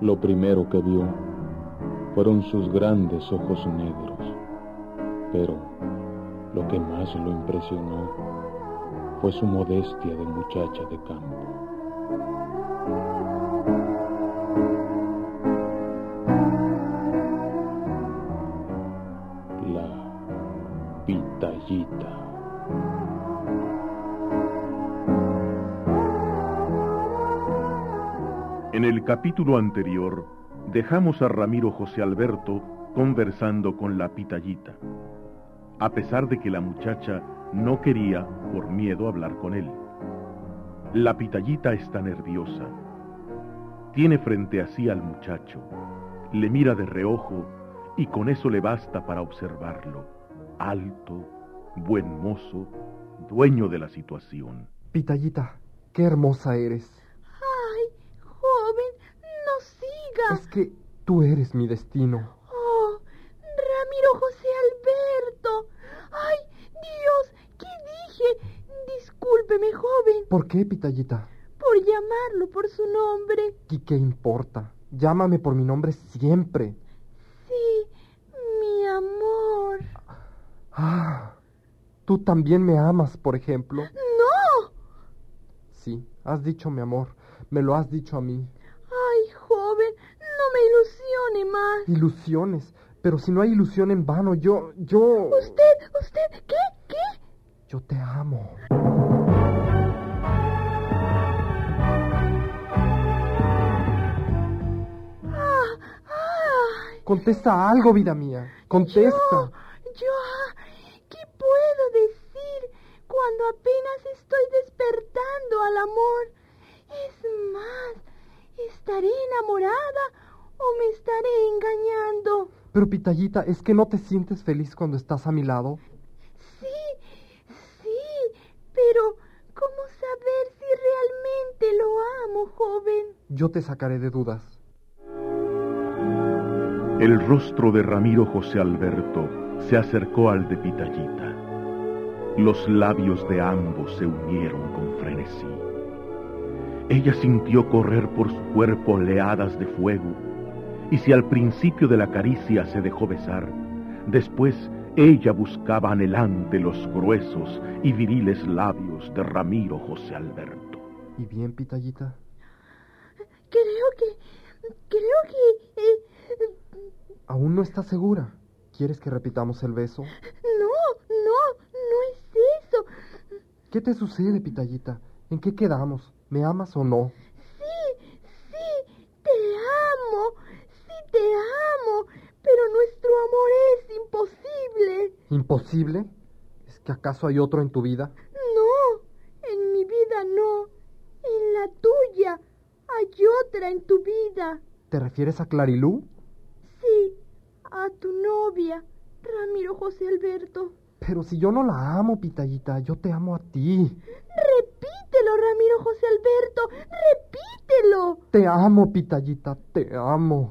Lo primero que vio fueron sus grandes ojos negros, pero lo que más lo impresionó fue su modestia de muchacha de campo. La pitallita. En el capítulo anterior, dejamos a Ramiro José Alberto conversando con la pitallita, a pesar de que la muchacha no quería, por miedo, hablar con él. La pitallita está nerviosa. Tiene frente a sí al muchacho, le mira de reojo y con eso le basta para observarlo. Alto, buen mozo, dueño de la situación. Pitallita, qué hermosa eres. Es que tú eres mi destino. Oh, Ramiro José Alberto. ¡Ay, Dios! ¿Qué dije? Discúlpeme, joven. ¿Por qué, pitallita? Por llamarlo por su nombre. ¿Y qué importa? Llámame por mi nombre siempre. Sí, mi amor. Ah, ¿tú también me amas, por ejemplo? ¡No! Sí, has dicho mi amor. Me lo has dicho a mí. Ay, joven, no me ilusione más. Ilusiones, pero si no hay ilusión en vano, yo... ¿Usted, qué? Yo te amo. Contesta algo, vida mía. Contesta. ¿Qué puedo decir cuando apenas estoy despertando al amor? Es más, ¿estaré enamorada o me estaré engañando? Pero, pitallita, ¿es que no te sientes feliz cuando estás a mi lado? Sí, pero ¿cómo saber si realmente lo amo, joven? Yo te sacaré de dudas. El rostro de Ramiro José Alberto se acercó al de pitallita. Los labios de ambos se unieron con frenesí. Ella sintió correr por su cuerpo oleadas de fuego, y si al principio de la caricia se dejó besar, después ella buscaba anhelante los gruesos y viriles labios de Ramiro José Alberto. ¿Y bien, pitallita? Creo que... ¿Aún no estás segura? ¿Quieres que repitamos el beso? No es eso. ¿Qué te sucede, pitallita? ¿En qué quedamos? ¿Me amas o no? Sí, te amo, pero nuestro amor es imposible. ¿Imposible? ¿Es que acaso hay otro en tu vida? No, en mi vida no. En la tuya hay otra en tu vida. ¿Te refieres a Clarilú? Sí, a tu novia, Ramiro José Alberto. Pero si yo no la amo, pitallita, yo te amo a ti. Repítelo, Ramiro José Alberto, repítelo. Te amo, pitallita, te amo.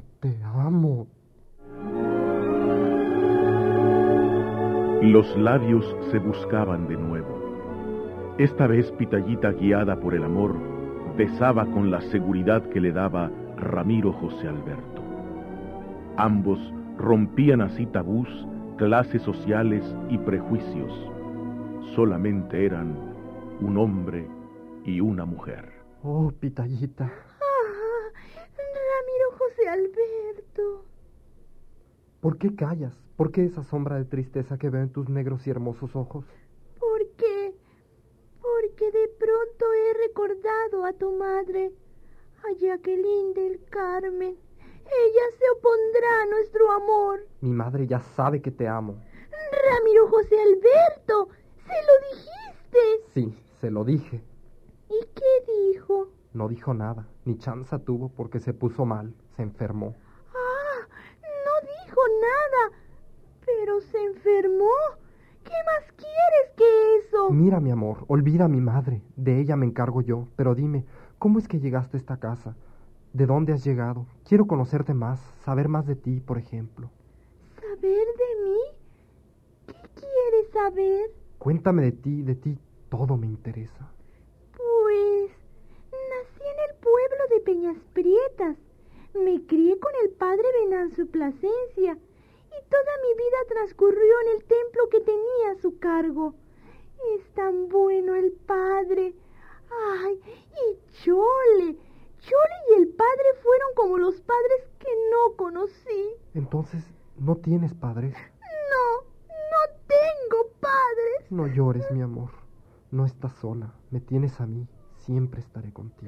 Los labios se buscaban de nuevo. Esta vez pitallita, guiada por el amor, besaba con la seguridad que le daba Ramiro José Alberto. Ambos rompían así tabús, clases sociales y prejuicios. Solamente eran un hombre y una mujer. Oh, pitallita. Ramiro José Alberto. ¿Por qué callas? ¿Por qué esa sombra de tristeza que veo en tus negros y hermosos ojos? ¿Por qué? Porque de pronto he recordado a tu madre, a Jacqueline del Carmen. Ella se opondrá a nuestro amor. Mi madre ya sabe que te amo. Ramiro José Alberto, ¿se lo dijiste? Sí, se lo dije. ¿Y qué dijo? No dijo nada, ni chanza tuvo porque se puso mal, se enfermó. No dijo nada, pero se enfermó. ¿Qué más quieres que eso? Mira, mi amor, olvida a mi madre, de ella me encargo yo, pero dime, ¿cómo es que llegaste a esta casa? ¿De dónde has llegado? Quiero conocerte más, saber más de ti, por ejemplo. ¿Saber de mí? ¿Qué quieres saber? Cuéntame de ti todo me interesa. Pues nací en el pueblo de Peñas Prietas. Me crié con el padre Venancio Plasencia y toda mi vida transcurrió en el templo que tenía a su cargo. Es tan bueno el padre. ¡Ay! Y Chole y el padre fueron como los padres que no conocí. Entonces, ¿no tienes padres? No tengo padres. No llores, mi amor. No estás sola. Me tienes a mí. Siempre estaré contigo.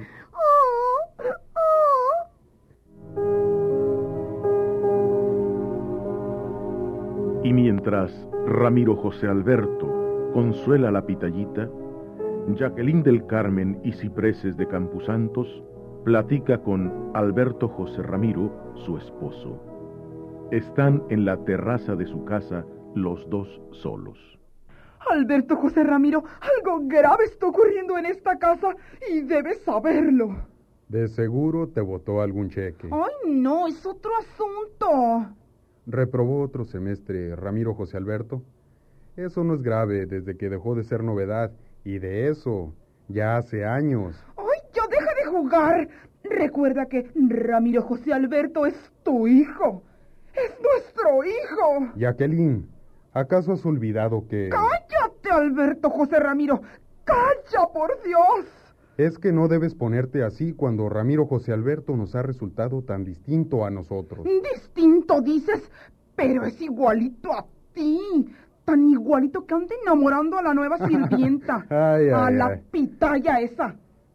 Y mientras Ramiro José Alberto consuela a la pitayita, Jacqueline del Carmen y Cipreses de Camposantos platica con Alberto José Ramiro, su esposo. Están en la terraza de su casa los dos solos. Alberto José Ramiro, algo grave está ocurriendo en esta casa y debes saberlo. De seguro te botó algún cheque. Ay, no, es otro asunto. ¿Reprobó otro semestre Ramiro José Alberto? Eso no es grave desde que dejó de ser novedad, y de eso ya hace años. ¡Ay, ya deja de jugar! Recuerda que Ramiro José Alberto es tu hijo. ¡Es nuestro hijo! Jacqueline, ¿acaso has olvidado que...? ¡Cállate, Alberto José Ramiro! ¡Calla, por Dios! Es que no debes ponerte así cuando Ramiro José Alberto nos ha resultado tan distinto a nosotros. Distinto, dices, pero es igualito a ti. Tan igualito que anda enamorando a la nueva sirvienta. A la pitaya esa.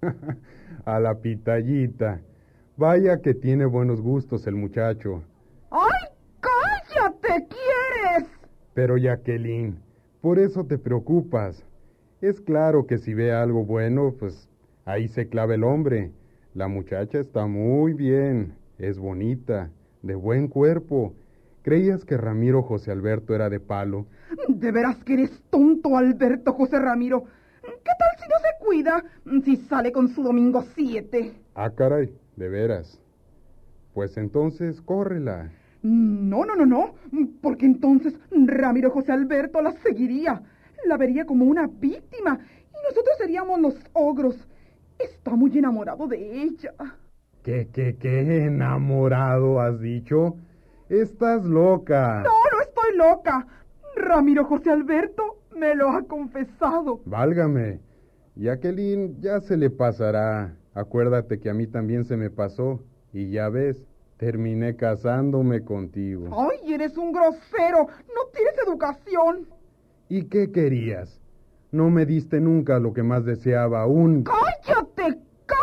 A la pitayita. Vaya que tiene buenos gustos el muchacho. ¡Ay, cállate, quieres! Pero Jacqueline, por eso te preocupas. Es claro que si ve algo bueno, pues ahí se clava el hombre. La muchacha está muy bien, es bonita, de buen cuerpo. ¿Creías que Ramiro José Alberto era de palo? De veras que eres tonto, Alberto José Ramiro. ¿Qué tal si no se cuida? Si sale con su domingo 7. Ah, caray, de veras. Pues entonces, córrela. No, porque entonces Ramiro José Alberto la seguiría. La vería como una víctima y nosotros seríamos los ogros. Está muy enamorado de ella. ¿Qué enamorado has dicho? Estás loca. No estoy loca. Ramiro José Alberto me lo ha confesado. Válgame. Jacqueline, ya se le pasará. Acuérdate que a mí también se me pasó. Y ya ves, terminé casándome contigo. ¡Ay, eres un grosero! ¡No tienes educación! ¿Y qué querías? No me diste nunca lo que más deseaba, ¡Cállate!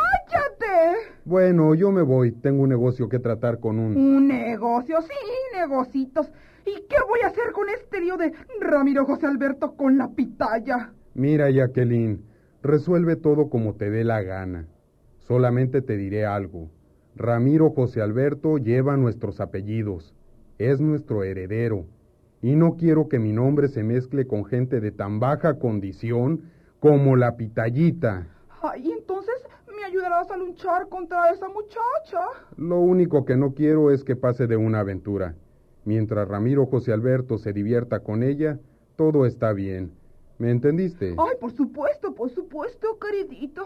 Bueno, yo me voy. Tengo un negocio que tratar con ¿Un negocio? Sí, negocitos. ¿Y qué voy a hacer con este lío de Ramiro José Alberto con la pitaya? Mira, Jacqueline, resuelve todo como te dé la gana. Solamente te diré algo. Ramiro José Alberto lleva nuestros apellidos. Es nuestro heredero. Y no quiero que mi nombre se mezcle con gente de tan baja condición como la pitayita. Ay, entonces me ayudarás a luchar contra esa muchacha. Lo único que no quiero es que pase de una aventura. Mientras Ramiro José Alberto se divierta con ella, todo está bien. ¿Me entendiste? Ay, por supuesto, queridito.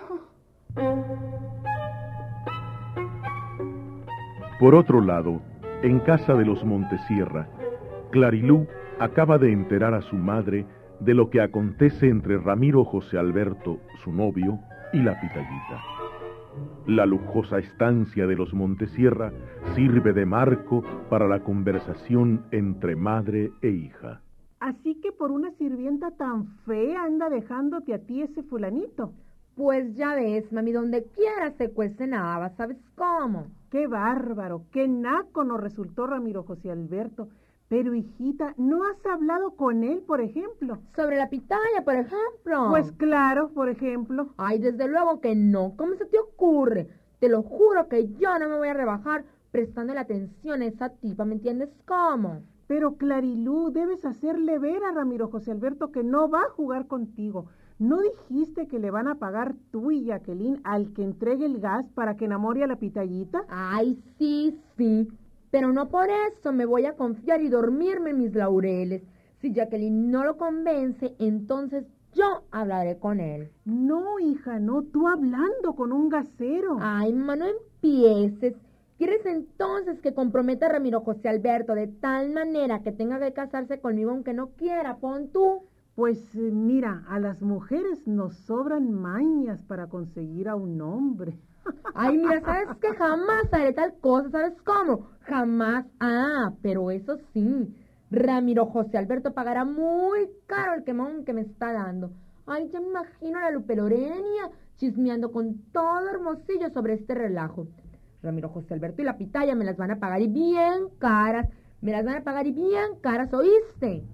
Por otro lado, en casa de los Montesierra, Clarilú acaba de enterar a su madre de lo que acontece entre Ramiro José Alberto, su novio, y la pitayita. La lujosa estancia de los Montesierra sirve de marco para la conversación entre madre e hija. Así que por una sirvienta tan fea anda dejándote a ti ese fulanito. Pues ya ves, mami, donde quiera se cuecen habas, ¿sabes cómo? ¡Qué bárbaro! ¡Qué naco nos resultó Ramiro José Alberto! Pero, hijita, ¿no has hablado con él, por ejemplo? ¿Sobre la pitaya, por ejemplo? Pues claro, por ejemplo. Ay, desde luego que no. ¿Cómo se te ocurre? Te lo juro que yo no me voy a rebajar prestando la atención a esa tipa, ¿me entiendes cómo? Pero, Clarilú, debes hacerle ver a Ramiro José Alberto que no va a jugar contigo. ¿No dijiste que le van a pagar tú y Jacqueline al que entregue el gas para que enamore a la pitayita? Ay, sí. Pero no por eso me voy a confiar y dormirme en mis laureles. Si Jacqueline no lo convence, entonces yo hablaré con él. No, hija, no, tú hablando con un gasero. Ay, mamá, no empieces. ¿Quieres entonces que comprometa a Ramiro José Alberto de tal manera que tenga que casarse conmigo aunque no quiera? Pon tú. Pues mira, a las mujeres nos sobran mañas para conseguir a un hombre. Ay, mira, ¿sabes que jamás haré tal cosa? ¿Sabes cómo? Jamás. Ah, pero eso sí, Ramiro José Alberto pagará muy caro el quemón que me está dando. Ay, ya me imagino a la Lupe Lorenia chismeando con todo Hermosillo sobre este relajo. Ramiro José Alberto y la pitaya me las van a pagar y bien caras. Me las van a pagar y bien caras, ¿oíste?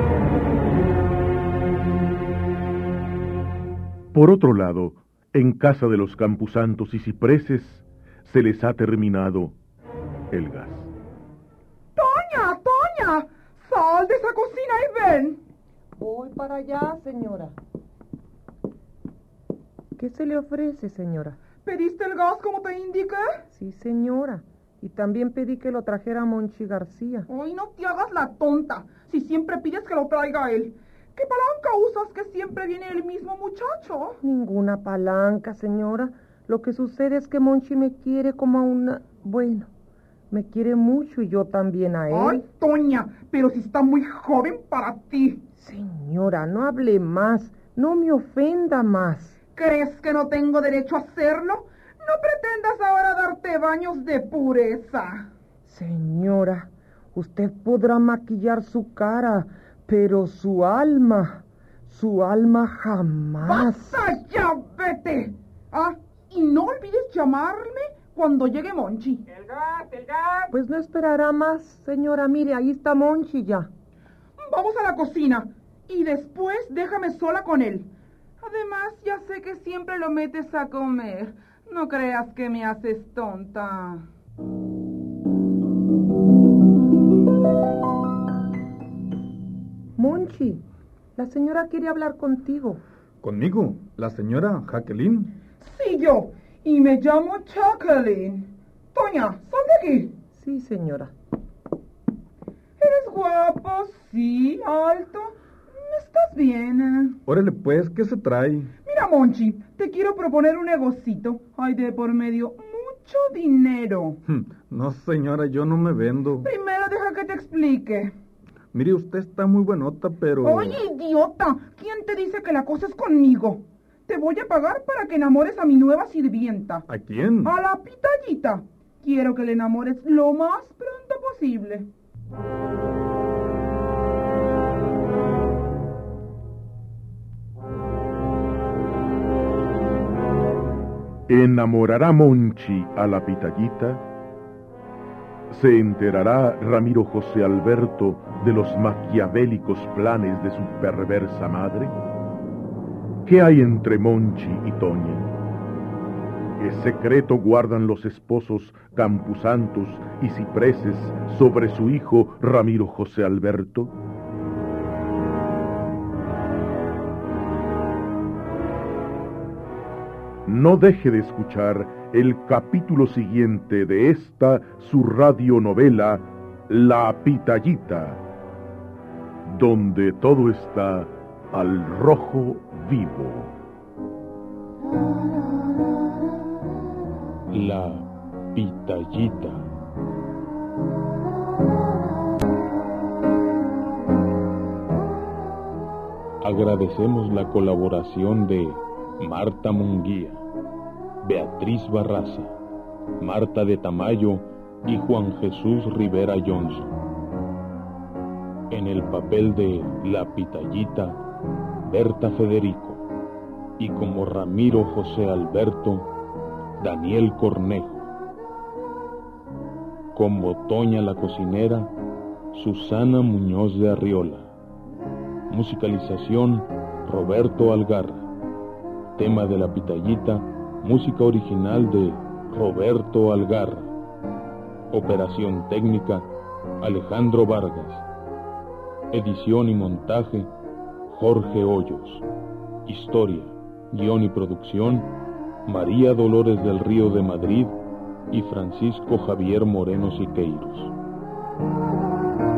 Por otro lado, en casa de los camposantos y cipreses se les ha terminado el gas. ¡Toña, Toña! ¡Sal de esa cocina y ven! Voy para allá, señora. ¿Qué se le ofrece, señora? ¿Pediste el gas como te indiqué? Sí, señora. Y también pedí que lo trajera Monchi García. Ay, no te hagas la tonta, si siempre pides que lo traiga él. ¿Qué palanca usas que siempre viene el mismo muchacho? Ninguna palanca, señora. Lo que sucede es que Monchi me quiere como a una... Bueno, me quiere mucho y yo también a él. Ay, Toña, pero si está muy joven para ti. Señora, no hable más. No me ofenda más. ¿Crees que no tengo derecho a hacerlo? No pretendas ahora darte baños de pureza. Señora, usted podrá maquillar su cara, pero su alma jamás. ¡Basta ya, vete! Ah, y no olvides llamarme cuando llegue Monchi. ¡El gas, el gas! Pues no esperará más, señora. Mire, ahí está Monchi ya. Vamos a la cocina y después déjame sola con él. Además, ya sé que siempre lo metes a comer. No creas que me haces tonta. Monchi, la señora quiere hablar contigo. ¿Conmigo? ¿La señora Jacqueline? Sí, yo. Y me llamo Jacqueline. Toña, sal de aquí. Sí, señora. Eres guapo, sí, alto. ¿Estás bien? Órale, pues, ¿qué se trae? Mira, Monchi, te quiero proponer un negocito. Hay de por medio mucho dinero. No, señora, yo no me vendo. Primero deja que te explique. Mire, usted está muy buenota, pero... Oye, idiota, ¿quién te dice que la cosa es conmigo? Te voy a pagar para que enamores a mi nueva sirvienta. ¿A quién? A la pitayita. Quiero que le enamores lo más pronto posible. ¿Enamorará Monchi a la pitayita? ¿Se enterará Ramiro José Alberto de los maquiavélicos planes de su perversa madre? ¿Qué hay entre Monchi y Toña? ¿Qué secreto guardan los esposos camposantos y cipreses sobre su hijo Ramiro José Alberto? No deje de escuchar el capítulo siguiente de esta su radionovela La Pitayita, donde todo está al rojo vivo. La Pitayita. Agradecemos la colaboración de Marta Munguía, Beatriz Barraza, Marta de Tamayo y Juan Jesús Rivera Johnson. En el papel de la pitayita, Berta Federico, y como Ramiro José Alberto, Daniel Cornejo. Como Toña la cocinera, Susana Muñoz de Arriola. Musicalización, Roberto Algarra. Tema de la pitayita, música original de Roberto Algarra. Operación técnica, Alejandro Vargas. Edición y montaje, Jorge Hoyos. Historia, guión y producción, María Dolores del Río de Madrid y Francisco Javier Moreno Siqueiros.